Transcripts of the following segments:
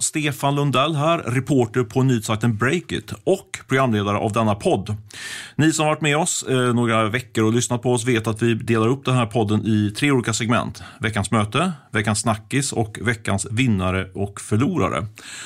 Stefan Lundell här, reporter på nyhetssajten Breakit och programledare av denna podd. Ni som har varit med oss några veckor och lyssnat på oss vet att vi delar upp den här podden i 3 olika segment. Veckans möte, veckans snackis och veckans vinnare och förlorare.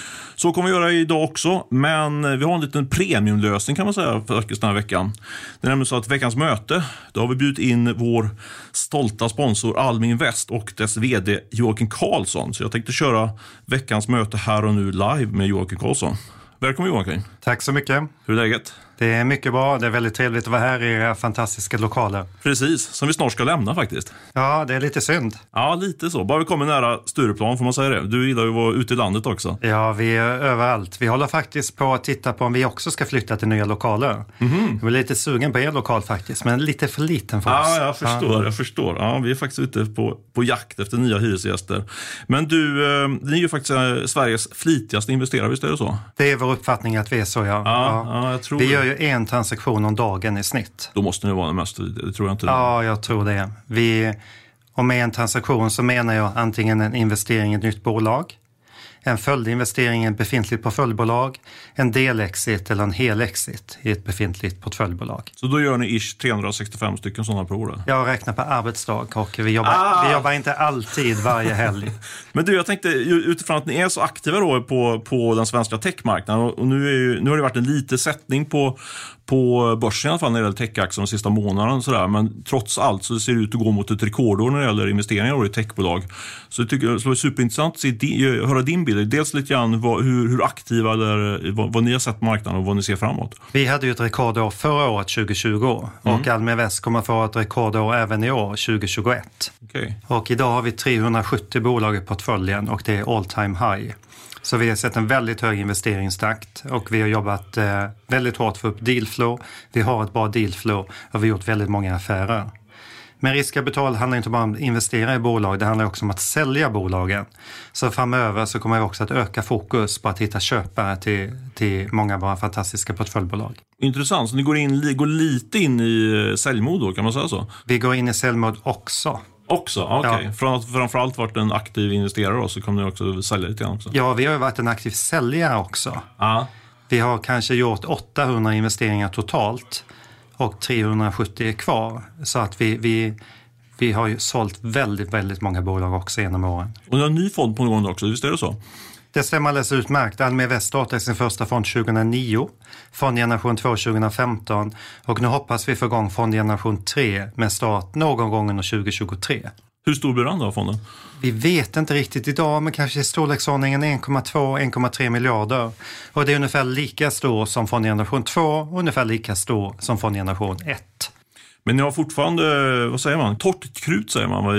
Så kommer vi göra idag också, men vi har en liten premiumlösning kan man säga för den här veckan. Det är nämligen så att veckans möte, då har vi bjudit in vår stolta sponsor Almi Invest och dess vd Joakim Karlsson. Så jag tänkte köra veckans möte här och nu live med Joakim Karlsson. Välkommen Joakim. Tack så mycket. Hur är läget? Det är mycket bra, det är väldigt trevligt att vara här i era fantastiska lokaler. Precis, som vi snart ska lämna faktiskt. Ja, det är lite synd. Ja, lite så. Bara vi kommer nära Stureplan får man säga det. Du gillar ju att vara ute i landet också. Ja, vi är överallt. Vi håller faktiskt på att titta på om vi också ska flytta till nya lokaler. Jag är lite sugen på er lokal faktiskt, men lite för liten för oss. Ja, jag förstår. Ja, vi är faktiskt ute på jakt efter nya hyresgäster. Men du, ni är ju faktiskt Sveriges flitigaste investerare, visst är det så? Det är vår uppfattning att vi är så, Ja, jag tror vi gör ju en transaktion om dagen i snitt. Då måste ni vara den mest, det tror jag inte. Ja, jag tror det. Och med en transaktion så menar jag antingen en investering i ett nytt bolag, en följdinvestering i ett befintligt portföljbolag, en delexit eller en helexit i ett befintligt portföljbolag. Så då gör ni 365 stycken sådana prov då? Jag räknar på arbetsdag och vi jobbar inte alltid varje helg. Men du, jag tänkte utifrån att ni är så aktiva då på den svenska techmarknaden och nu har det varit en liten sättning på börsen i alla fall när det gäller techaktier de sista månaderna och sådär. Men trots allt så ser det ut att gå mot ett rekordår när det gäller investeringar i techbolag. Så jag tycker det är superintressant att höra din bild. Dels lite grann hur aktiva eller vad ni har sett på marknaden och vad ni ser framåt. Vi hade ju ett rekordår förra året 2020 och Almi Invest kommer få ett rekordår även i år 2021. Okay. Och idag har vi 370 bolag i portföljen och det är all time high. Så vi har sett en väldigt hög investeringstakt och vi har jobbat väldigt hårt för upp dealflow. Vi har ett bra dealflow och vi har gjort väldigt många affärer. Men riskkapital handlar inte bara om att investera i bolag, det handlar också om att sälja bolagen. Så framöver så kommer vi också att öka fokus på att hitta köpare till många av våra fantastiska portföljbolag. Intressant, så ni går lite in i säljmod då, kan man säga så? Vi går in i säljmod också. Också? Okej. Ja. Från att framförallt varit en aktiv investerare då, så kommer ni också sälja lite grann också? Ja, vi har ju varit en aktiv säljare också. Ja. Vi har kanske gjort 800 investeringar totalt och 370 är kvar. Så att vi har ju sålt väldigt, väldigt många bolag också genom åren. Och ni har en ny fond på gång också, visst är det så? Det stämmer alldeles utmärkt. Almi Invest startade sin första fond 2009, fondgeneration 2 2015 och nu hoppas vi få igång fondgeneration 3 med start någon gång under 2023. Hur stor blir den då, fonden? Vi vet inte riktigt idag, men kanske i storleksordningen 1,2-1,3 miljarder. Och det är ungefär lika stor som fondgeneration 2 och ungefär lika stor som fondgeneration 1. Men ni har fortfarande, vad säger man, torrt krut säger man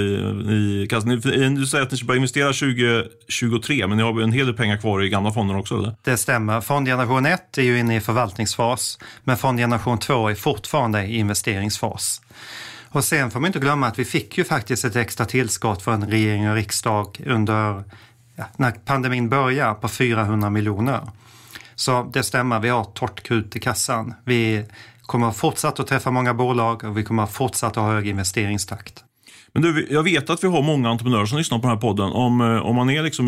i kassan. Du säger att ni ska börja investera 2023, men ni har en hel del pengar kvar i gamla fonder också, eller? Det stämmer. Fondgeneration 1 är ju inne i förvaltningsfas, men fondgeneration 2 är fortfarande i investeringsfas. Och sen får man inte glömma att vi fick ju faktiskt ett extra tillskott från regering och riksdag när pandemin började på 400 miljoner. Så det stämmer, vi har torrt krut i kassan. Vi kommer fortsatt att träffa många bolag och vi kommer fortsatt att ha hög investeringstakt. Men du, jag vet att vi har många entreprenörer som lyssnar på den här podden. Om man är liksom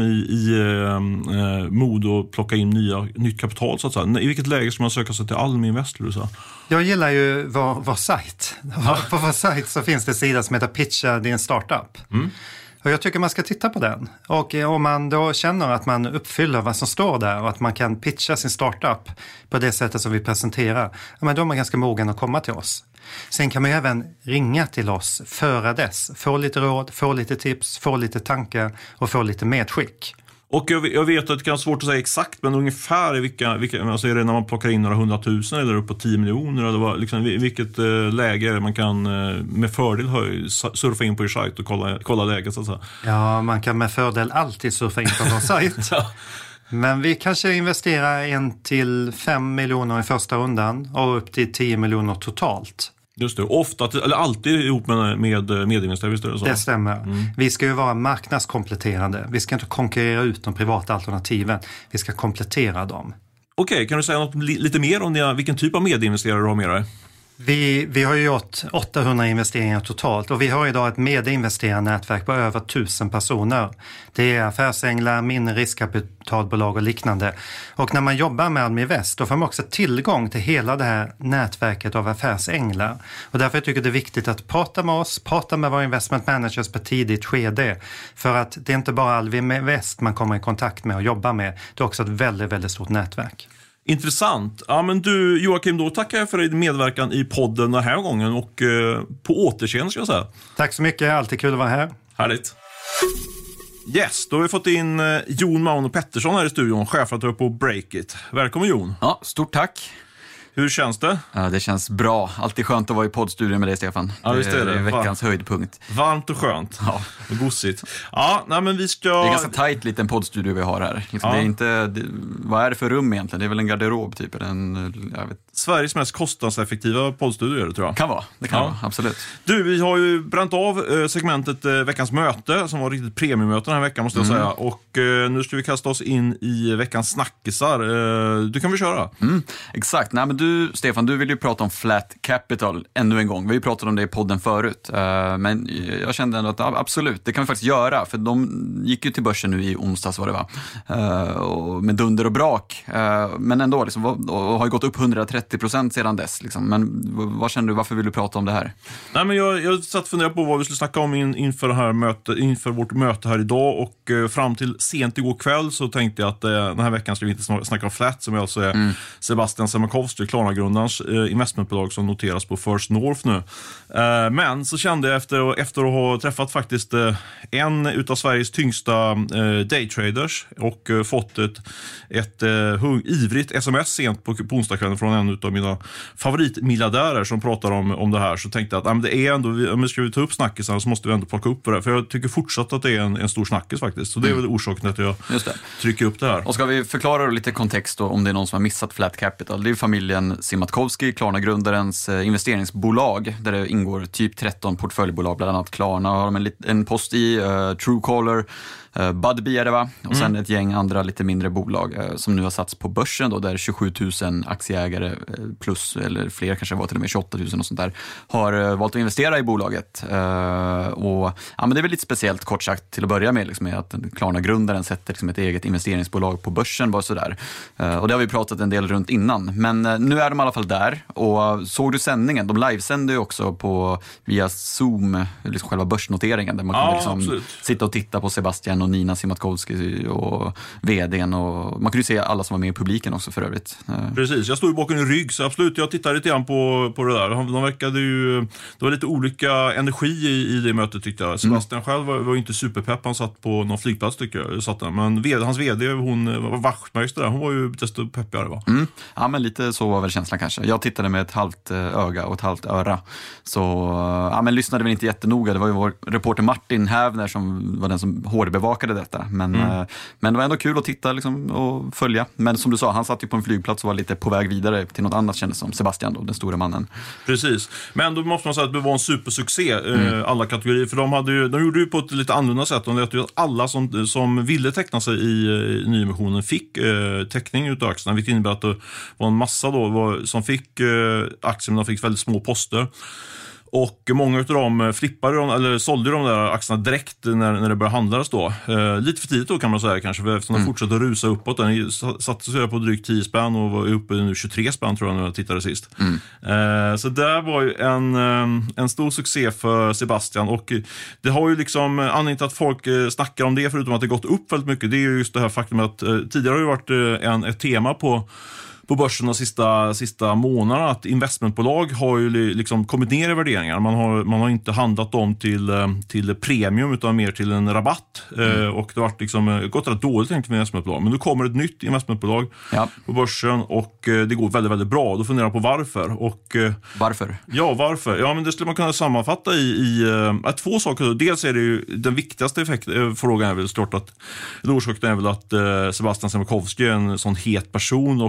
i mod att plocka in nytt kapital så att säga. I vilket läge ska man söka sig till Almi Invest? Jag gillar ju vår sajt. På vår sajt så finns det en sida som heter Pitcha din startup. Och jag tycker man ska titta på den. Och om man då känner att man uppfyller vad som står där och att man kan pitcha sin startup på det sättet som vi presenterar, ja, men då är man ganska mogen att komma till oss. Sen kan man ju även ringa till oss före dess. Få lite råd, få lite tips, få lite tankar och få lite medskick. Och jag vet att det kan vara svårt att säga exakt, men ungefär vilka alltså är det när man plockar in några 100 000 eller upp på 10 miljoner? Eller liksom, vilket läge man kan med fördel surfa in på er sajt och kolla läget så att säga? Ja, man kan med fördel alltid surfa in på vår sajt. Ja. Men vi kanske investerar 1-5 miljoner i första rundan och upp till 10 miljoner totalt. Just det, ofta, eller alltid ihop med medinvesterare, visst är det så? Det stämmer. Vi ska ju vara marknadskompletterande. Vi ska inte konkurrera ut de privata alternativen. Vi ska komplettera dem. Okej, kan du säga något lite mer om vilken typ av medinvesterare du har med dig? Vi har ju gjort 800 investeringar totalt och vi har idag ett medinvesterarnätverk på över 1000 personer. Det är affärsänglar, mindre riskkapitalbolag och liknande. Och när man jobbar med Almivest då får man också tillgång till hela det här nätverket av affärsänglar. Och därför tycker jag det är viktigt att prata med oss, prata med våra investment managers på tidigt skede. För att det är inte bara Almivest man kommer i kontakt med och jobbar med. Det är också ett väldigt, väldigt stort nätverk. Intressant. Ja, men du Joakim, då tackar jag för din medverkan i podden den här gången och på återseende ska jag säga. Tack så mycket, alltid kul att vara här. Härligt. Yes, då har vi fått in Jon Mauno Pettersson här i studion, chefredaktör på Breakit. Välkommen Jon. Ja, stort tack. Hur känns det? Ja, det känns bra. Alltid skönt att vara i poddstudion med dig, Stefan. Ja, visst är det. Det är veckans höjdpunkt. Varmt och skönt. Ja. Och gossigt. Ja, nej, men vi ska... Det är ganska tajt liten poddstudio vi har här. Liksom, Ja. det är inte... vad är det för rum egentligen? Det är väl en garderob typ? Eller jag vet. Sveriges mest kostnadseffektiva poddstudio, tror jag. Kan vara, det kan Ja. vara, absolut. Du, vi har ju bränt av segmentet Veckans möte som var riktigt premiummöte den här veckan måste jag säga. Och nu ska vi kasta oss in i veckans snackisar. Du kan väl köra? Exakt. Nej, men du, Stefan, du vill ju prata om Flat Capital ännu en gång. Vi har ju pratat om det i podden förut. Men jag kände ändå att absolut, det kan vi faktiskt göra. För de gick ju till börsen nu i onsdags vad det var. Och med dunder och brak. Men ändå, liksom, och har ju gått upp 130% sedan dess. Liksom. Men vad känner du, varför vill du prata om det här? Nej, men jag satt och funderade på vad vi skulle snacka om inför, det här inför vårt möte här idag. Och fram till sent igår kväll så tänkte jag att den här veckan skulle vi inte snacka om Flat, som alltså är Sebastian Siemiatkowski, Klarna-grundarens investmentbolag som noteras på First North nu. Men så kände jag efter att ha träffat faktiskt en utav Sveriges tyngsta daytraders och fått ett ivrigt sms sent på onsdagskvällen från en utav mina favoritmiljardärer som pratar om det här, så tänkte jag att det är ändå, om vi ska ta upp snackisar så måste vi ändå plocka upp det, för jag tycker fortsatt att det är en stor snackis faktiskt. Så det är väl orsaken att jag trycker upp det här. Och ska vi förklara lite kontext då, om det är någon som har missat Flat Capital. Det är familjen Siemiatkowski, Klarna-grundarens investeringsbolag, där det ingår typ 13 portföljbolag, bland annat Klarna har de en post i, Truecaller, Budbee är det, va? Och sen ett gäng andra lite mindre bolag som nu har satts på börsen då, där 27 000 aktieägare plus, eller fler kanske var till och med 28 000 och sånt där, har valt att investera i bolaget. Och ja, men det är väl lite speciellt, kort sagt, till att börja med, liksom, att Klarna-grundaren sätter liksom ett eget investeringsbolag på börsen, bara sådär. Och det har vi pratat en del runt innan. Men nu är de i alla fall där. Och såg du sändningen? De livesänder ju också via Zoom, liksom själva börsnoteringen, där man kunde liksom sitta och titta på Sebastian och Nina Siemiatkowski och vdn, och man kunde ju se alla som var med i publiken också för övrigt. Precis, jag stod ju bakom en rygg, så absolut, jag tittade lite grann på det där. De verkade ju, det var lite olika energi i det mötet, tyckte jag. Sebastian själv var inte superpepp, han satt på någon flygplats, tycker jag, satt där. Men hans vd, hon var Wachtmeister där, hon var ju desto peppigare, va? Ja, men lite så var väl känslan kanske. Jag tittade med ett halvt öga och ett halvt öra, så ja, men lyssnade väl inte jättenoga. Det var ju vår reporter Martin Hävner som var den som hårdbevakade detta, men det var ändå kul att titta liksom, och följa. Men som du sa, han satt ju på en flygplats och var lite på väg vidare till något annat, kändes som Sebastian då, den stora mannen. Precis, men då måste man säga att det var en supersuccé, alla kategorier, för de gjorde ju på ett lite annorlunda sätt. De lät ju att alla som ville teckna sig i nyemissionen fick teckning utav aktierna, vilket innebär att det var en massa då som fick aktier, men de fick väldigt små poster. Och många av dem eller sålde de där aktierna direkt när det började handlas då. Lite för tidigt då, kan man säga kanske, för eftersom de fortsatte rusa uppåt. Den satte sig på drygt 10 spänn och var uppe nu 23 spänn, tror jag, när jag tittade sist. Så det var ju en stor succé för Sebastian, och det har ju liksom anledning till att folk snackar om det, förutom att det gått upp väldigt mycket. Det är ju just det här faktum att tidigare har det varit ett tema på börsen de sista månaderna, att investmentbolag har ju liksom kommit ner i värderingar. Man har inte handlat dem till premium, utan mer till en rabatt. Och det har varit liksom, gått rätt dåligt med investmentbolag. Men nu kommer ett nytt investmentbolag på börsen, och det går väldigt, väldigt bra. Då funderar jag på varför. Varför? Ja, varför? Ja, men det skulle man kunna sammanfatta i två saker. Dels är det ju den viktigaste frågan är väl såklart att orsaken är väl att Sebastian Siemiatkowski är en sån het person, och folk vill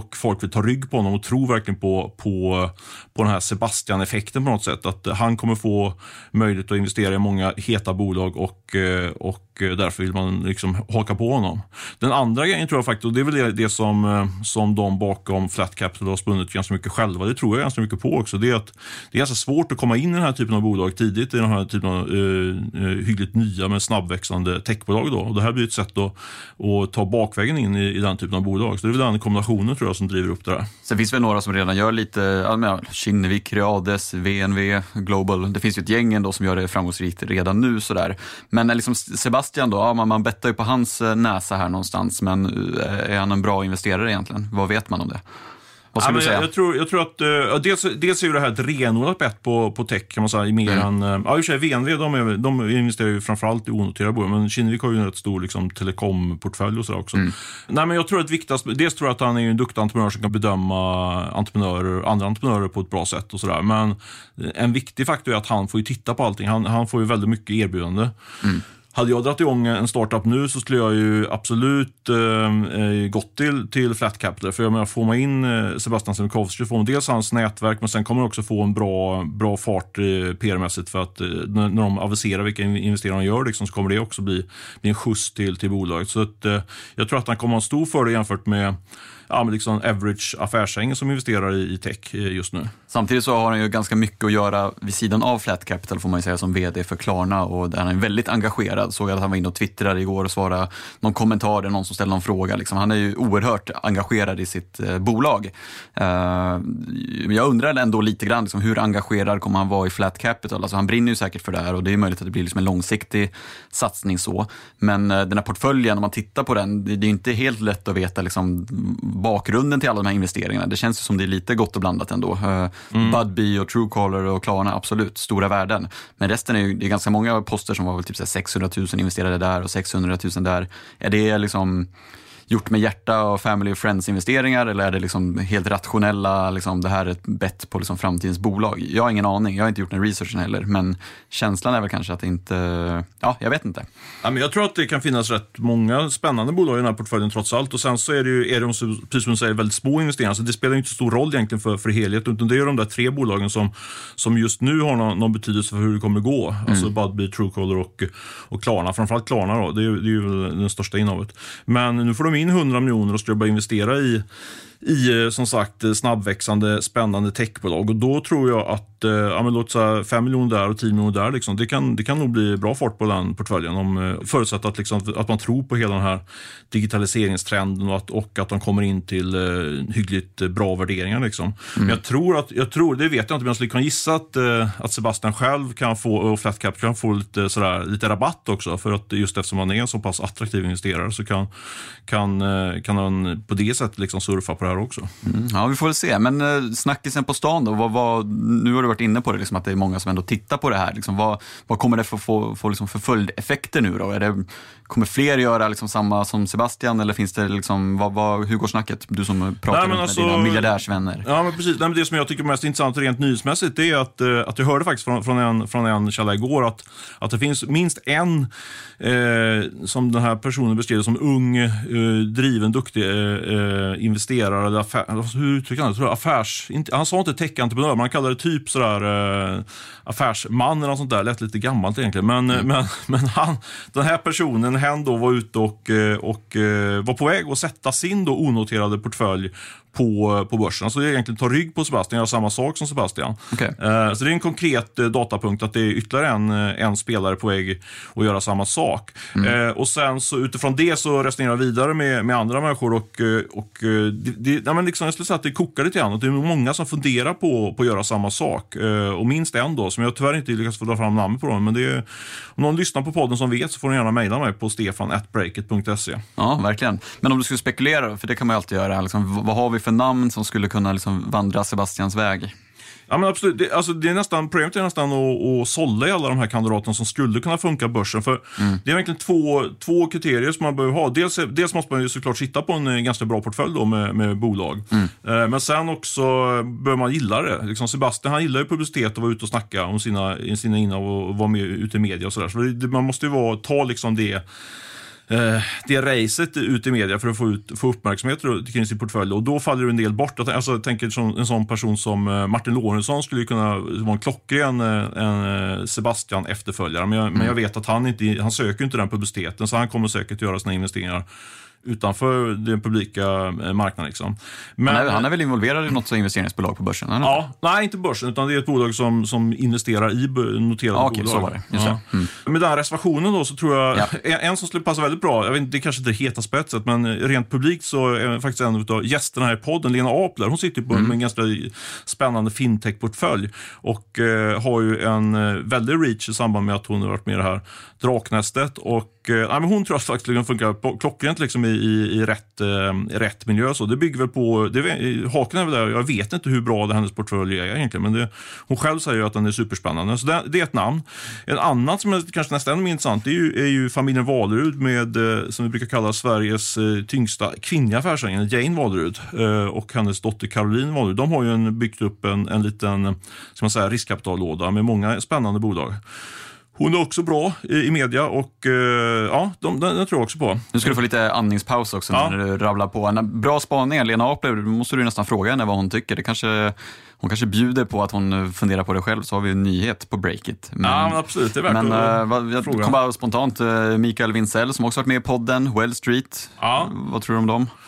vill ta rygg på honom och tror verkligen på den här Sebastian-effekten på något sätt. Att han kommer få möjlighet att investera i många heta bolag och därför vill man liksom haka på honom. Den andra grejen tror jag faktiskt, och det är väl det som de bakom Flat Capital har spunnit ganska mycket själva, det tror jag ganska mycket på också, det är att det är ganska svårt att komma in i den här typen av bolag tidigt i den här typen av hyggligt nya men snabbväxande techbolag då. Och det här blir ett sätt att ta bakvägen in i den typen av bolag. Så det är väl den kombinationen tror jag som driver upp det där. Sen finns väl några som redan gör lite, Kinnevik, Reades, VNV, Global. Det finns ju ett gäng ändå som gör det framgångsrikt redan nu sådär. Men liksom Sebastian då, man bettar ju på hans näsa här någonstans, men är han en bra investerare egentligen? Vad vet man om det? Vad skulle du säga? Jag tror att dels är ju det här ett renodlat bett på tech kan man säga, mer än i och för sig VNV, de investerar ju framförallt i onoterade bolag, men Kinnevik har ju en rätt stor liksom telekomportfölj och så också. Nej, men jag tror att viktigast, dels tror jag att han är en duktig entreprenör som kan bedöma andra entreprenörer på ett bra sätt och sådär, men en viktig faktor är att han får ju titta på allting, han får ju väldigt mycket erbjudande. Hade jag dratt igång en startup nu så skulle jag ju absolut gått till Flat Capital. För jag menar, får man in Sebastian Semikowski, får man dels hans nätverk, men sen kommer man också få en bra fart PR-mässigt, för att när de aviserar vilka investeringar de gör liksom, så kommer det också bli en skjuts till bolaget. Så att, jag tror att han kommer ha en stor fördel jämfört med liksom average affärsäng som investerar i tech just nu. Samtidigt så har han ju ganska mycket att göra vid sidan av Flat Capital, får man ju säga, som vd för Klarna, och där han är väldigt engagerad. Såg att han var inne och twittrade igår och svarade någon kommentar eller någon som ställde någon fråga. Liksom. Han är ju oerhört engagerad i sitt bolag. Jag undrar ändå lite grann liksom, hur engagerad kommer han vara i Flat Capital? Alltså, han brinner ju säkert för det här och det är möjligt att det blir liksom en långsiktig satsning så. Men den här portföljen, om man tittar på den, det är inte helt lätt att veta liksom bakgrunden till alla de här investeringarna. Det känns som det är lite gott och blandat ändå. Budbee och Truecaller och Klarna, absolut stora värden. Men resten är ju, det är ganska många poster som var väl typ 600 000 investerade där och 600 000 där. Är det liksom gjort med hjärta och family och friends investeringar, eller är det liksom helt rationella, liksom det här är ett bett på liksom framtidens bolag? Jag har ingen aning, jag har inte gjort någon research heller, men känslan är väl kanske att det inte, jag vet inte. Ja, men jag tror att det kan finnas rätt många spännande bolag i den här portföljen trots allt, och sen så är de precis som du säger väldigt små investeringar, så det spelar inte så stor roll egentligen för helheten, utan det är de där 3 bolagen som just nu har någon betydelse för hur det kommer gå. Alltså Budbee, Truecaller och Klarna, framförallt Klarna då, det är ju den största innehavet. Men nu får de in 100 miljoner och ska börja investera i som sagt snabbväxande, spännande techbolag, och då tror jag att låt säga 5 miljoner där och 10 miljoner där liksom, det kan nog bli bra fart på den portföljen, om förutsatt att, liksom, att man tror på hela den här digitaliseringstrenden och att de kommer in till hyggligt bra värderingar liksom. Men jag tror, det vet jag inte, men jag skulle kunna gissa att Sebastian själv kan få, och Flat Cap kan få lite rabatt också, för att just eftersom man är en så pass attraktiv investerare så kan han på det sättet liksom surfa på det här också. Ja, vi får väl se. Men snackisen på stan då, nu har du varit inne på det, liksom, att det är många som ändå tittar på det här. Liksom, vad kommer det få liksom för följdeffekter nu då? Kommer fler göra liksom samma som Sebastian, eller finns det liksom, hur går snacket? Du som pratar med dina miljardärsvänner. Ja, men precis. Det som jag tycker är mest intressant rent nyhetsmässigt, det är att jag hörde faktiskt från en källa igår att det finns minst en som den här personen beskrev som ung, driven, duktig investerare eller hur uttrycker han det? Han sa inte tech-entreprenör, man kallade det typ sådär affärsman eller något sånt där, lät lite gammalt egentligen, men den här personen, hen då var ute och var på väg att sätta sin då onoterade portfölj på börsen. Alltså det är egentligen ta rygg på Sebastian, göra samma sak som Sebastian. Okay. Så det är en konkret datapunkt att det är ytterligare en spelare på väg att göra samma sak. Och sen så utifrån det så resonerar jag vidare med andra människor och men liksom, jag skulle säga att det kokar lite grann. Det är många som funderar på att göra samma sak. Och minst en då, som jag tyvärr inte lyckas få dra fram namn på dem, men det är, om någon lyssnar på podden som vet, så får ni gärna mejla mig på stefan@breakit.se. Ja, verkligen. Men om du skulle spekulera, för det kan man ju alltid göra, liksom, vad har vi för namn som skulle kunna liksom vandra Sebastians väg? Ja, men absolut. Det är nästan, problemet är nästan att sålla i alla de här kandidaterna som skulle kunna funka börsen. För det är verkligen två kriterier som man behöver ha. Dels måste man ju såklart sitta på en ganska bra portfölj då med bolag. Men sen också bör man gilla det. Liksom Sebastian, han gillar ju publicitet och vara ute och snacka om sina innehav och vara med ute i media och sådär. Så man måste ju ta liksom det det racet ut i media för att få uppmärksamhet kring sin portfölj. Och då faller det en del bort. Alltså, jag tänker en sån person som Martin Lorentzon skulle kunna vara en klockren Sebastian efterföljare. Men jag vet att han söker inte den publiciteten, så han kommer säkert göra sina investeringar utanför den publika marknaden liksom. Men han är väl involverad i något investeringsbolag på börsen? Eller? Ja, nej, inte börsen, utan det är ett bolag som investerar i noterade bolag. Så var det. Just det. Med den reservationen då så tror jag en som skulle passa väldigt bra, jag vet inte, det kanske inte är heta spetset, men rent publikt så är faktiskt en av gästerna här i podden, Lena Apler, hon sitter på en ganska spännande fintech-portfölj och har ju en väldig reach i samband med att hon har varit med i det här Draknästet och men hon tror att faktiskt kan funka klockrent liksom i rätt miljö. Så det bygger väl på, haken är väl där, jag vet inte hur bra hennes portfölj är egentligen, men hon själv säger ju att den är superspännande. Så det är ett namn. En annat som är kanske nästan mer intressant är ju familjen Walerud med, som vi brukar kalla Sveriges tyngsta kvinnliga affärsängare, Jane Walerud och hennes dotter Caroline Walerud. De har ju byggt upp en liten, ska man säga, riskkapitallåda med många spännande bolag. Hon är också bra i media och den tror jag också på. Nu ska du få lite andningspaus också när du rabblar på. En bra spaning, Lena Apler, måste du nästan fråga henne vad hon tycker. Hon kanske bjuder på att hon funderar på det själv, så har vi en nyhet på Breakit. Men absolut, det är värt jag kom bara spontant Mikael Wintzell som också varit med i podden, Well Street. Ja. Vad tror du om dem?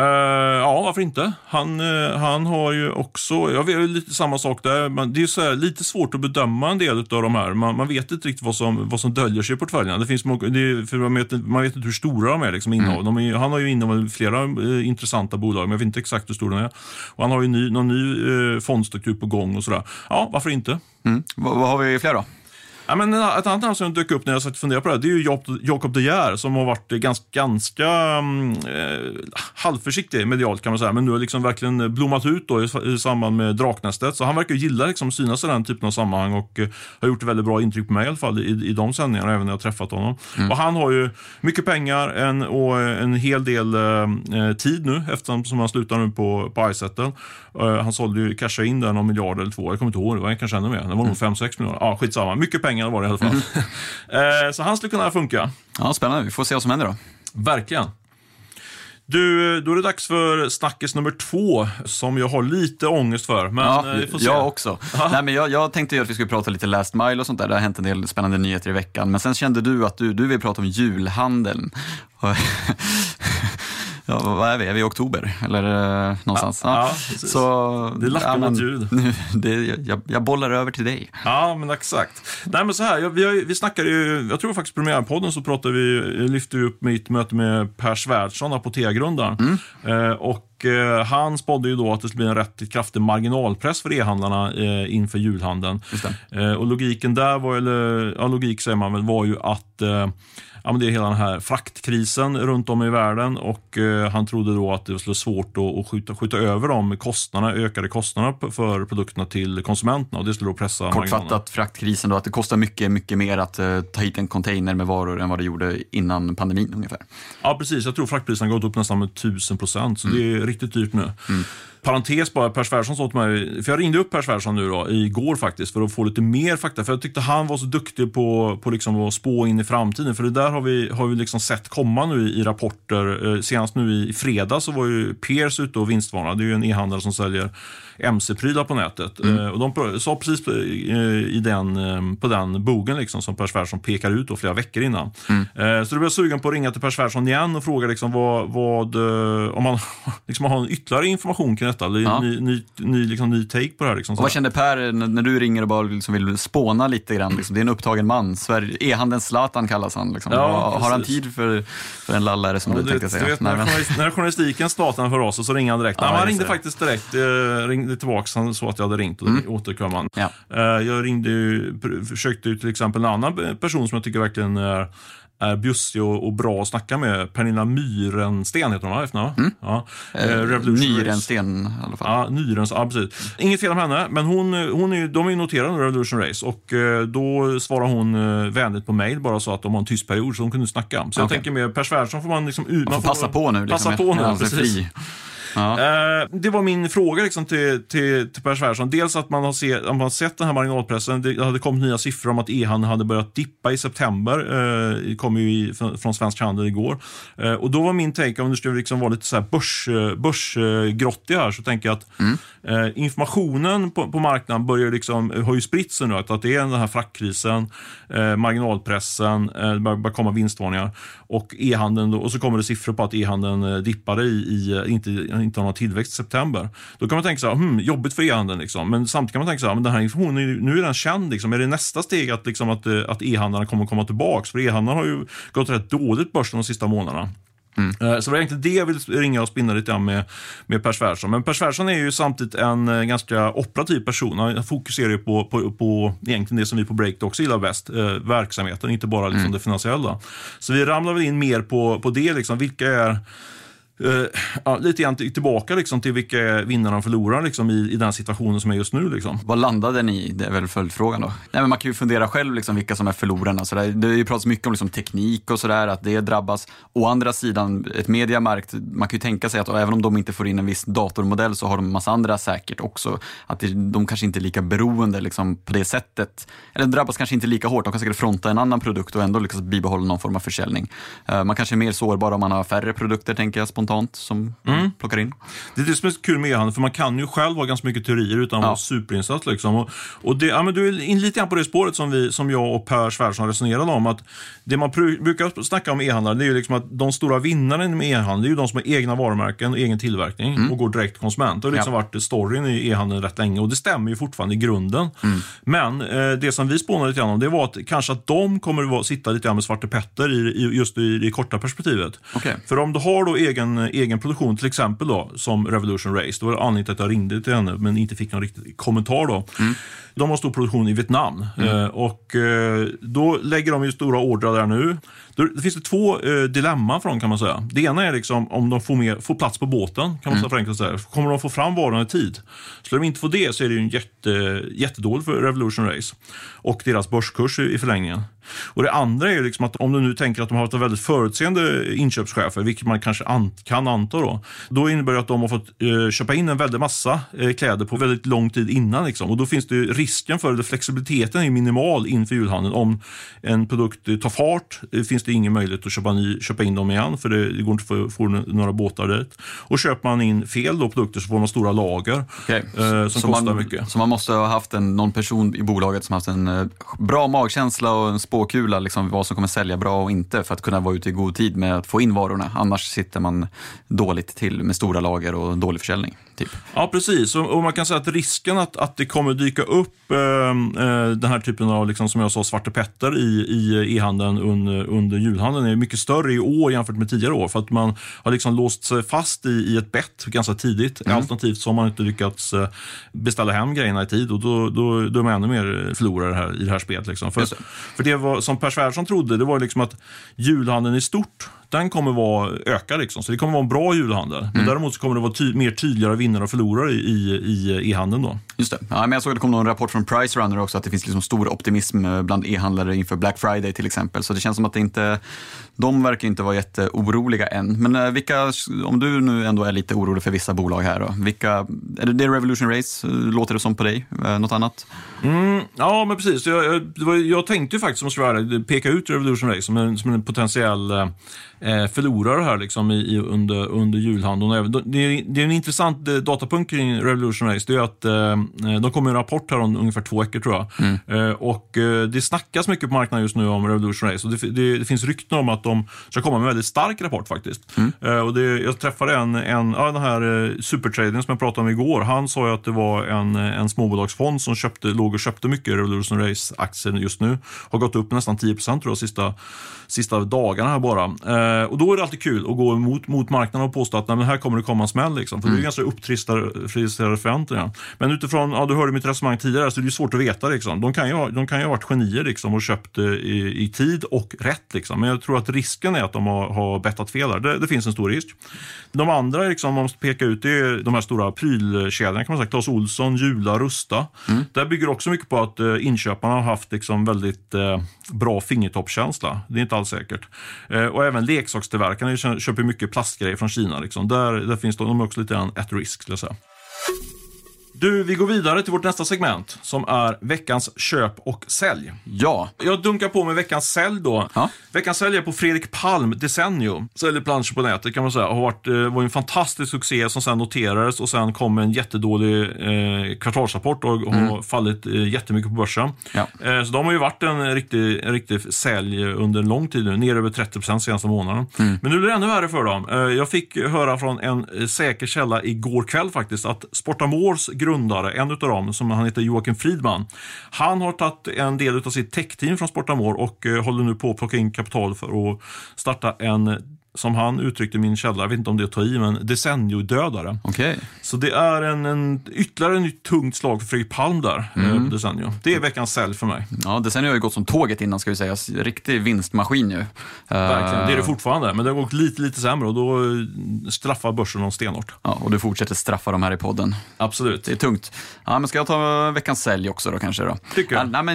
Varför inte? Han har ju också, jag vet lite samma sak där, men det är så här, lite svårt att bedöma en del av de här. Man vet inte riktigt vad som döljer sig i portföljerna. Det finns för man vet inte hur stora de är liksom innehav. Han har ju innehav flera intressanta bolag, men jag vet inte exakt hur stora de är. Och han har ju någon ny fondstruktur på gång och sådär. Ja, varför inte? Vad har vi fler då? Ja, men ett annat namn som dök upp när jag satt och funderade på det här, det är ju Jacob De Geer som har varit ganska halvförsiktig medialt kan man säga, men nu har liksom verkligen blommat ut då i samband med Draknästet, så han verkar gilla liksom synas i den typen av sammanhang och har gjort ett väldigt bra intryck på mig i alla fall i de sändningarna, även när jag träffat honom. Och han har ju mycket pengar och en hel del tid nu eftersom han slutar nu på iSettle. Han sålde ju, cashade in där någon miljard eller 2, jag kommer inte ihåg, det var kanske ännu mer, det var nog 5-6 miljarder. Ja, skitsamma, mycket pengar var det i alla fall. Så han skulle kunna funka. Ja, spännande, vi får se vad som händer då. Verkligen. Du, då är det dags för snackes nummer 2 som jag har lite ångest för. Men vi får se. Jag också. Nej, men jag tänkte ju att vi skulle prata lite last mile och sånt där. Det har hänt en del spännande nyheter i veckan. Men sen kände du att du vill prata om julhandeln. Ja, vad är vi? Är vi i oktober? Eller någonstans? Ja, så, det är lackat ljud. Jag bollar över till dig. Ja, men exakt. Nej, men så här, vi snackade ju, jag tror faktiskt premiärpodden så lyfte vi upp mitt möte med Per Svärdson, Apotea-grundaren. Och han spådde ju då att det skulle bli en rätt kraftig marginalpress för e-handlarna inför julhandeln. Och logiken där logik säger man väl, var ju att men det är hela den här fraktkrisen runt om i världen och han trodde då att det skulle vara svårt att skjuta över de ökade kostnaderna för produkterna till konsumenterna och det skulle då pressa marginalerna. Kortfattat fraktkrisen då, att det kostar mycket, mycket mer att ta hit en container med varor än vad det gjorde innan pandemin ungefär. Ja, precis. Jag tror fraktpriserna har gått upp nästan med 1000%, så det är riktigt dyrt nu. Parentes bara, Per Svärdson sa till mig, för jag ringde upp Per Svärdson nu då, igår faktiskt, för att få lite mer fakta, för jag tyckte han var så duktig på liksom att spå in i framtiden, för det där har vi liksom sett komma nu i rapporter. Senast nu i fredag så var ju Peers ute och vinstvarnade, det är ju en e-handlare som säljer MC-prylar på nätet. Och de sa precis på den bogen liksom, som Per Svärdson pekar ut då flera veckor innan. Så du blir sugen på att ringa till Per Svärdson igen och fråga liksom om man liksom har en ytterligare information kring detta, eller ny take på det här. Liksom, och vad kände Per när du ringer och bara liksom vill spåna lite grann? Liksom? Det är en upptagen man. E-handelns Zlatan kallas han. Liksom. Har han tid för en lallare som du tänkte säga? När journalistiken startade för oss så ringde han direkt. Han ringde faktiskt direkt. Ringde tillbaka, han så att jag hade ringt och återkom han. Jag försökte ju till exempel en annan person som jag tycker verkligen är bjussig och bra att snacka med. Pernilla Myrensten heter hon Nyrensten i alla fall. Ja, Nyrensten, ja precis. Inget fel om henne, men de är ju noterade i Revolution Race och då svarar hon vänligt på mail bara så att de har en tyst period så de kunde snacka. Så jag tänker med Per Svärdson får man liksom man får passa på nu. Passa på nu, precis. Det var min fråga liksom till Per Svärdson. Dels att man har sett den här marginalpressen. Det hade kommit nya siffror om att e-handeln hade börjat dippa i september. Det kom ju från Svensk Handel igår. Och då var min take, om du skulle liksom vara lite så här börsgrottig här, så tänker jag att informationen på marknaden har ju spritt sig nu. Att det är den här fraktkrisen, marginalpressen, börjar komma vinstvarningar och e-handeln, och så kommer det siffror på att e-handeln dippade inte har någon tillväxt i september. Då kan man tänka så här, jobbigt för e-handeln liksom. Men samtidigt kan man tänka så här, men den här informationen nu är den känd liksom. Är det nästa steg att e-handlarna kommer komma tillbaks? För e-handlarna har ju gått rätt dåligt börsen de sista månaderna. Så det var egentligen det jag vill ringa och spinna lite grann med Per Svärdson. Men Per Svärdson är ju samtidigt en ganska operativ person. Han fokuserar ju på egentligen det som vi på Breakit också gillar bäst, verksamheten, inte bara liksom det finansiella. Så vi ramlar väl in mer på det liksom. Vilka är lite grann tillbaka liksom, till vilka är vinnarna och förlorarna liksom, i den situationen som är just nu liksom. Vad landade ni i? Det är väl följdfrågan då. Nej, men man kan ju fundera själv liksom, vilka som är förlorarna. Så det är ju pratats mycket om liksom, teknik och sådär, att det drabbas. Å andra sidan, ett mediamarkt, man kan ju tänka sig att även om de inte får in en viss datormodell så har de en massa andra säkert också. Att de kanske inte är lika beroende liksom, på det sättet. Eller drabbas kanske inte lika hårt. De kan säkert fronta en annan produkt och ändå liksom, bibehålla någon form av försäljning. Man kanske är mer sårbar om man har färre produkter, tänker jag spontant, som plockar in. Det är det som är kul med e-handel, för man kan ju själv ha ganska mycket teorier utan att vara superinsatt liksom. Och det, ja, men du är in lite grann på det spåret som jag och Per Svärdson resonerade om, att det man brukar snacka om e-handlare, det är ju liksom att de stora vinnarna med e-handel, det är ju de som har egna varumärken och egen tillverkning och går direkt till konsument. Det har liksom varit storyn i e-handeln rätt länge, och det stämmer ju fortfarande i grunden. Men det som vi spånade lite grann om, det var att kanske att de kommer att sitta lite grann med Svarte Petter just i det korta perspektivet. Okay. För om du har då egen produktion, till exempel då, som Revolution Race, då var det anledningen att jag ringde till henne men inte fick någon riktig kommentar då. De har stor produktion i Vietnam och då lägger de ju stora ordrar där nu. Det finns det två dilemma för dem, kan man säga. Det ena är liksom om de får plats på båten, kan man säga förenklat säga. Kommer de få fram varan i tid? Skulle de inte få det, så är det ju en jättedålig för Revolution Race och deras börskurs i förlängningen. Och det andra är liksom att om du nu tänker att de har varit väldigt förutseende inköpschefer, vilket man kanske kan anta då innebär det att de har fått köpa in en väldigt massa kläder på väldigt lång tid innan liksom. Och då finns det risken för det, flexibiliteten är minimal inför julhandeln. Om en produkt tar fart finns det ingen möjlighet att köpa in dem igen, för det går inte att få några båtar dit. Och köper man in fel då produkter så får man stora lager som kostar mycket. Så man måste ha haft någon person i bolaget som haft en bra magkänsla och en spåkula, liksom, vad som kommer sälja bra och inte, för att kunna vara ute i god tid med att få in varorna. Annars sitter man dåligt till med stora lager och dålig försäljning. Typ. Ja, precis. Och man kan säga att risken att det kommer dyka upp den här typen av, liksom, som jag sa, Svarte Petter i e-handeln under julhandeln är mycket större i år jämfört med tidigare år, för att man har liksom låst sig fast i ett bett ganska tidigt. Alternativt så har man inte lyckats beställa hem grejerna i tid, och då är man ännu mer förlorare i det här spelet. Liksom. För det var, som Per Svärdson trodde, det var liksom att julhandeln i stort, den kommer öka liksom. Så det kommer vara en bra julhandel. Men däremot så kommer det vara mer tydligare vinnare och förlorare i e-handeln då. Just det. Ja, men jag såg att det kom någon rapport från Price Runner också, att det finns liksom stor optimism bland e-handlare inför Black Friday till exempel. Så det känns som att de verkar inte vara jätteoroliga än. Men om du nu ändå är lite orolig för vissa bolag här då, är det Revolution Race? Låter det som på dig? Något annat? Ja, men precis. Jag tänkte ju faktiskt, som jag skulle peka ut Revolution Race som en potentiell förlorare här liksom under julhandeln. Det är en intressant datapunkt kring Revolution Race. Det är att de kommer en rapport här om ungefär 2 veckor, tror jag. Och det snackas mycket på marknaden just nu om Revolution Race. Och det finns rykten om att de ska komma med en väldigt stark rapport faktiskt. Och jag träffade den här supertradern som jag pratade om igår. Han sa ju att det var en småbolagsfond som låg och köpte mycket Revolution Race-aktier just nu. Har gått upp nästan 10%, tror jag, sista dagarna här bara. Och då är det alltid kul att gå mot marknaden och påstå att nej, men här kommer det komma en smäll liksom. För det är ganska upptristade förväntningar. Men utifrån, du hörde mitt resonemang tidigare, så det är svårt att veta liksom. De kan ju ha varit genier liksom och köpt i tid och rätt liksom. Men jag tror att risken är att de har bettat fel där. Det finns en stor risk. De andra liksom, om man måste peka ut, det är de här stora prylkedjorna kan man säga, Clas Ohlson, Jula, Rusta. Där bygger också mycket på att inköparna har haft liksom väldigt bra fingertoppskänsla. Det är inte alls säkert. Och även leksakstillverkarna köper mycket plastgrejer från Kina liksom. Där finns de också lite at risk, skulle jag säga. Du, vi går vidare till vårt nästa segment som är veckans köp och sälj. Ja. Jag dunkar på med veckans sälj då. Ja. Veckans sälj är på Fredrik Palm Desenio. Säljer planscher på nätet kan man säga. Var en fantastisk succé som sen noterades och sen kom en jättedålig kvartalsrapport och har fallit jättemycket på börsen. Ja. Så de har ju varit en riktig sälj under en lång tid nu. Ner över 30% senaste månaden. Men nu blir det ännu värre för dem. Jag fick höra från en säker källa igår kväll faktiskt att Sportamores grundare, en utav dem, som han heter Joakim Fridman, han har tagit en del av sitt tech-team från Sportamore och håller nu på att plocka in kapital för att starta en, som han uttryckte min källa, jag vet inte om det är att ta i, men Desenio-dödare. Okej. Så det är ytterligare en tungt slag för Fredrik Palm där, på Desenio. Det är veckans sälj för mig. Ja, Desenio har ju gått som tåget innan, ska vi säga. Riktig vinstmaskin ju. Verkligen, det är det fortfarande, men det har gått lite sämre och då straffar börsen någon stenhårt. Ja, och du fortsätter straffa dem här i podden. Absolut. Det är tungt. Ja, men ska jag ta veckans sälj också då kanske då? Tycker jag. Ja, nej, men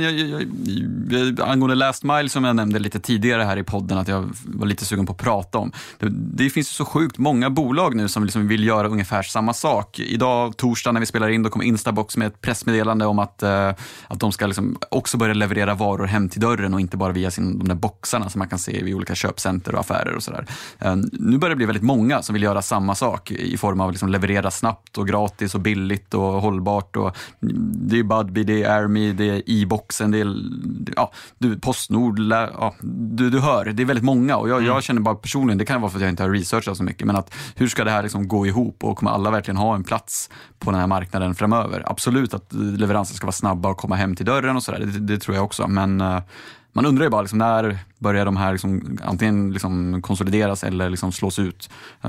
jag angående Last Mile som jag nämnde lite tidigare här i podden att jag var lite sugen på att prata om. Det finns ju så sjukt många bolag nu som liksom vill göra ungefär samma sak. Idag, torsdag när vi spelar in, då kommer Instabox med ett pressmeddelande om att de ska liksom också börja leverera varor hem till dörren och inte bara via de där boxarna som man kan se vid olika köpcenter och affärer och sådär. Nu börjar det bli väldigt många som vill göra samma sak i form av liksom leverera snabbt och gratis och billigt och hållbart. Och det är Budbee, det är Airme, det är e-boxen, det är Postnord, du hör, det är väldigt många och jag känner bara personligen, det kan vara för att jag inte har researchat så mycket, men att hur ska det här liksom gå ihop och kommer alla verkligen ha en plats på den här marknaden framöver? Absolut att leveranser ska vara snabba och komma hem till dörren och sådär, det tror jag också, men man undrar ju bara liksom, när börjar de här liksom, antingen liksom konsolideras eller liksom slås ut.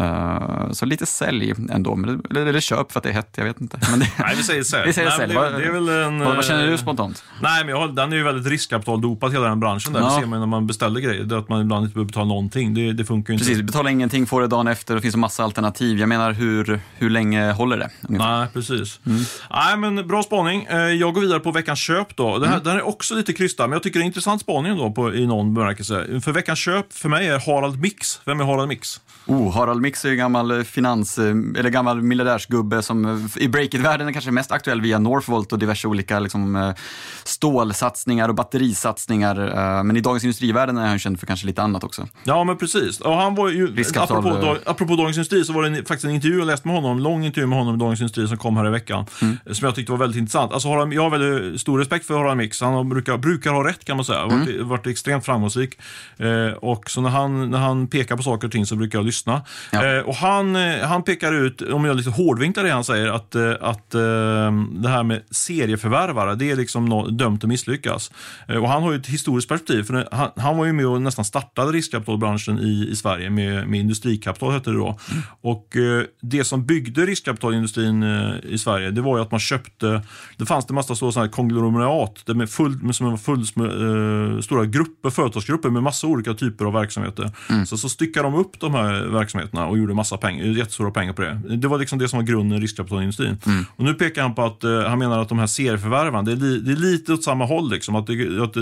Så lite sälj ändå, eller köp för att det är hett, jag vet inte. Men nej, vi säger sälj. Vi säger sälj. Det är väl en, vad känner du spontant? Nej, men den är ju väldigt riskkapitaldopad hela den branschen där. Ja. Det ser man när man beställer grejer, det är att man ibland inte behöver betala någonting. Det funkar ju inte. Precis, betala ingenting, får det dagen efter, det finns en massa alternativ. Jag menar, hur länge håller det? Ungefär? Nej, precis. Nej, men bra spaning. Jag går vidare på veckans köp då. Den här är också lite krystad, men jag tycker det är intressant spaning då i någon bemärkelse. För veckans köp för mig är Harald Mix. Vem är Harald Mix? Harald Mix är ju gammal miljardärsgubbe som i breakit-världen är kanske mest aktuell via Northvolt och diverse olika liksom, stålsatsningar och batterisatsningar. Men i Dagens Industrivärlden är han känd för kanske lite annat också. Ja, men precis. Och han var ju, apropå Dagens Industri, så var det faktiskt en intervju jag läste med honom, en lång intervju med honom i Dagens Industri som kom här i veckan, som jag tyckte var väldigt intressant. Alltså, jag har väldigt stor respekt för Harald Mix. Han brukar ha rätt, kan man säga. Varit extremt framgångsrik. Och så när han pekar på saker och ting så brukar jag lyssna. Ja. Och han pekar ut, om jag lite hårdvinklar det han säger, att det här med serieförvärvare, det är liksom dömt att misslyckas. Och han har ju ett historiskt perspektiv, för han var ju med och nästan startade riskkapitalbranschen i Sverige med industrikapital, hette det då. Och det som byggde riskkapitalindustrin i Sverige, det var ju att man köpte, det fanns det massa sådana här konglomerat som var fullt med stora grupper, företagsgrupper med massa olika typer av verksamheter. Så styckade de upp de här verksamheterna och gjorde massa pengar, jättestora pengar på det. Det var liksom det som var grunden i riskkapitalindustrin. Och nu pekar han på att han menar att de här serieförvärven, det är lite åt samma håll liksom, att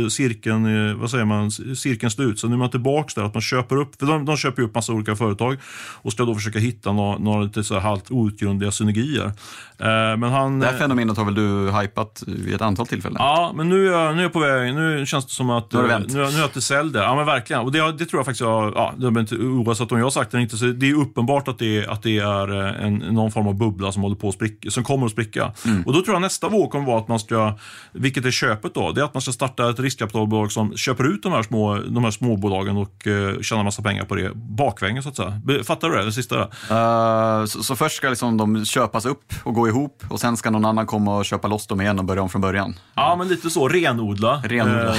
cirkeln sluts. Så nu är man tillbaka där, att man köper upp, för de köper upp massa olika företag och ska då försöka hitta några lite så här halvt outgrundliga synergier. Men det här fenomenet har väl du hypat vid ett antal tillfällen? Ja, men nu är jag på väg. Nu känns det som att nu är jag till sälj där. Ja, men verkligen. Och det tror jag faktiskt det är inte oavsett om jag har sagt det inte, så det är uppenbart att det är någon form av bubbla som håller på att spricka, som kommer att spricka. Och då tror jag nästa våg kommer vara att man ska, vilket är köpet då, det är att man ska starta ett riskkapitalbolag som köper ut de här småbolagen och tjänar massa pengar på det bakvägen, så att säga. Fattar du det sista där? Så först ska liksom de köpas upp och gå ihop, och sen ska någon annan komma och köpa loss dem igen och börja om från början. Ja, men lite så, renodla.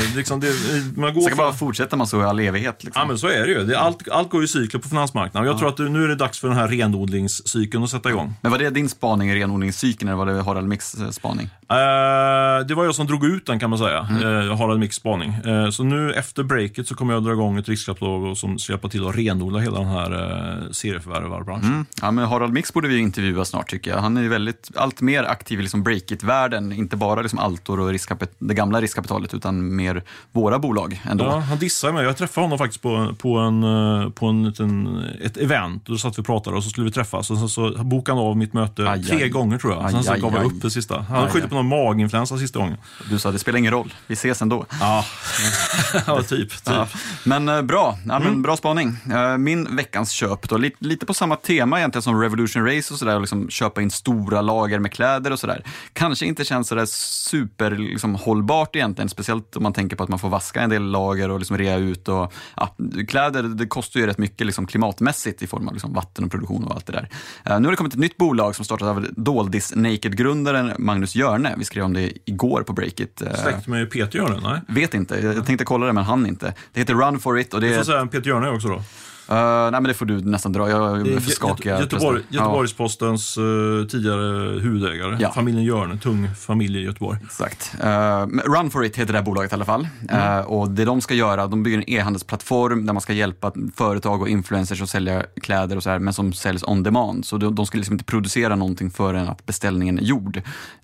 man går så kan bara fortsätta man så i all evighet. Liksom. Ja, men så är det ju. Allt går ju i cykler på finansmarknaden. Jag tror att nu är det dags för den här renodlingscykeln att sätta igång. Men var det din spaning i renodlingscykeln eller var det Harald Mix spaning? Det var jag som drog ut den kan man säga. Harald Mix spaning. Så nu efter breaket så kommer jag dra igång ett riskkapitalbolag som ska hjälpa till att renodla hela den här serieförvärvarbranschen. Ja, men Harald Mix borde vi intervjua snart tycker jag. Han är ju väldigt, allt mer aktiv i liksom breakit-världen. Inte bara liksom Altor och det gamla riskkapitalet utan mer våra bolag ändå. Ja, han dissade mig. Jag träffade honom faktiskt på ett event. Då satt vi och pratade och så skulle vi träffas. Och så bokade han av mitt möte 3 gånger tror jag. Sen så gav jag upp det sista. Han skyllde på någon maginfluensa sista gången. Du sa det spelar ingen roll. Vi ses ändå. Ja, ja typ. Ja. Men bra. Ja, men bra spaning. Min veckans köp då. Lite på samma tema egentligen som Revolution Race och sådär. Och liksom köpa in stora lager med kläder och sådär. Kanske inte känns sådär super liksom, hållbart egentligen. Speciellt om man tänker på att man får vaska en del lager och liksom rea ut. Och, ja, kläder det kostar ju rätt mycket liksom, klimatmässigt i form av liksom, vatten och produktion och allt det där. Nu har det kommit ett nytt bolag som startat av Doldis Naked-grundaren Magnus Jörne. Vi skrev om det igår på Breakit. Släkt med Peter Jörne, nej? Vet inte, jag tänkte kolla det men han inte. Det heter Run for it. Och det du får säga Peter Jörne också då. Nej men det får du nästan dra. Jag är för skakig. Göteborgspostens tidigare huvudägare. Ja. Familjen Jörne, tung familj i Göteborg. Exakt. Run for it heter det här bolaget i alla fall. Och det de ska göra, de bygger en e-handelsplattform där man ska hjälpa företag och influencers att sälja kläder och så här, men som säljs on demand. Så de ska liksom inte producera någonting förrän att beställningen är gjord.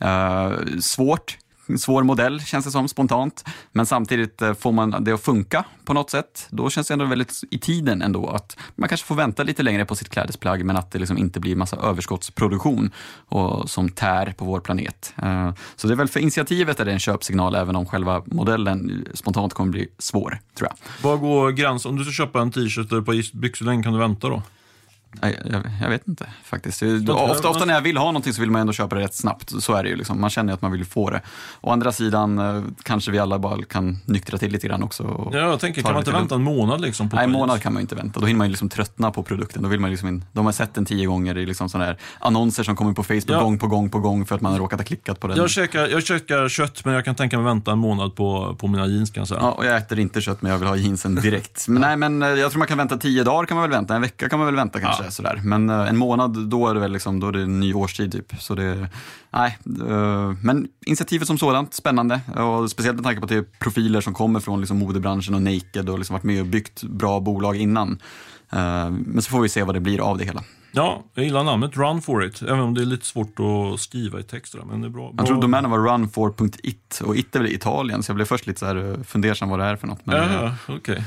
Svår modell känns det som spontant, men samtidigt får man det att funka på något sätt. Då känns det ändå väldigt i tiden ändå att man kanske får vänta lite längre på sitt klädesplagg men att det liksom inte blir massa överskottsproduktion och som tär på vår planet. Så det är väl för initiativet är det en köpsignal även om själva modellen spontant kommer bli svår, tror jag. Vad går gränsen? Om du ska köpa en t-shirt eller på byxor, länge kan du vänta då? Jag vet inte faktiskt. Ofta när jag vill ha någonting så vill man ändå köpa det rätt snabbt. Så är det ju liksom. Man känner att man vill få det. Å andra sidan kanske vi alla bara kan nyktra till lite grann också. Ja, jag tänker, kan man inte vänta en månad liksom? Nej, en månad kan man inte vänta. Då hinner man ju liksom tröttna på produkten. Då vill man liksom de har sett den 10 gånger i liksom sådana här annonser som kommer på Facebook gång på gång för att man har råkat ha klickat på den. Jag käkar kött men jag kan tänka mig vänta en månad på mina jeans kan jag säga. Ja, och jag äter inte kött men jag vill ha jeansen direkt. Men jag tror man kan vänta 10 dagar kan man väl vänta. En vecka kan man väl vänta kanske. Sådär. Men en månad, då är det väl liksom, då är det en ny årstid typ. Så det, men initiativet som sådant, spännande. Och speciellt med tanke på att det är profiler som kommer från liksom modebranschen och Naked och liksom varit med och byggt bra bolag innan. Men så får vi se vad det blir av det hela. Ja, jag gillar namnet Run for it. Även om det är lite svårt att skriva i text. Men det är bra. Jag tror domänen var runfor.it. Och it är väl Italien. Så jag blev först lite så här fundersam vad det är för något. Men okej.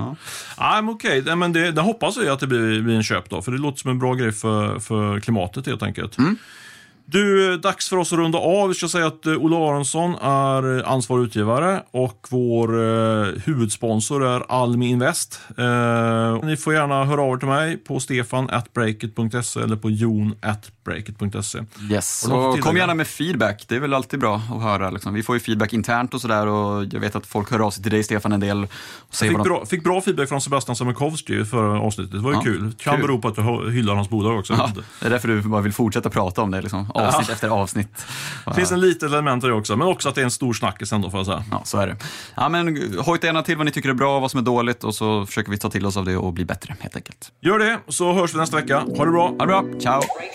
Okej. Men det hoppas jag att det blir en köp då. För det låter som en bra grej för klimatet helt enkelt. Du, dags för oss att runda av. Vi ska säga att Olle Aronsson är ansvarig utgivare och vår huvudsponsor är Almi Invest. Ni får gärna höra av er till mig på stefan@breakit.se eller på jon@breakit.se. Yes, och kom gärna med feedback. Det är väl alltid bra att höra. Liksom. Vi får ju feedback internt och sådär och jag vet att folk hör av sig till dig, Stefan, en del. Fick bra feedback från Sebastian Samukovsky förra avsnittet. Det var ju kul. Kan bero på att du hyllar hans bolag också. Ja, det är därför du bara vill fortsätta prata om det liksom. Avsnitt efter avsnitt. Det finns en liten element där också, men också att det är en stor snackis ändå, får jag säga. Ja, så är det. Ja, men hojta gärna till vad ni tycker är bra och vad som är dåligt och så försöker vi ta till oss av det och bli bättre, helt enkelt. Gör det, så hörs vi nästa vecka. Ha det bra. Ha det bra. Ciao.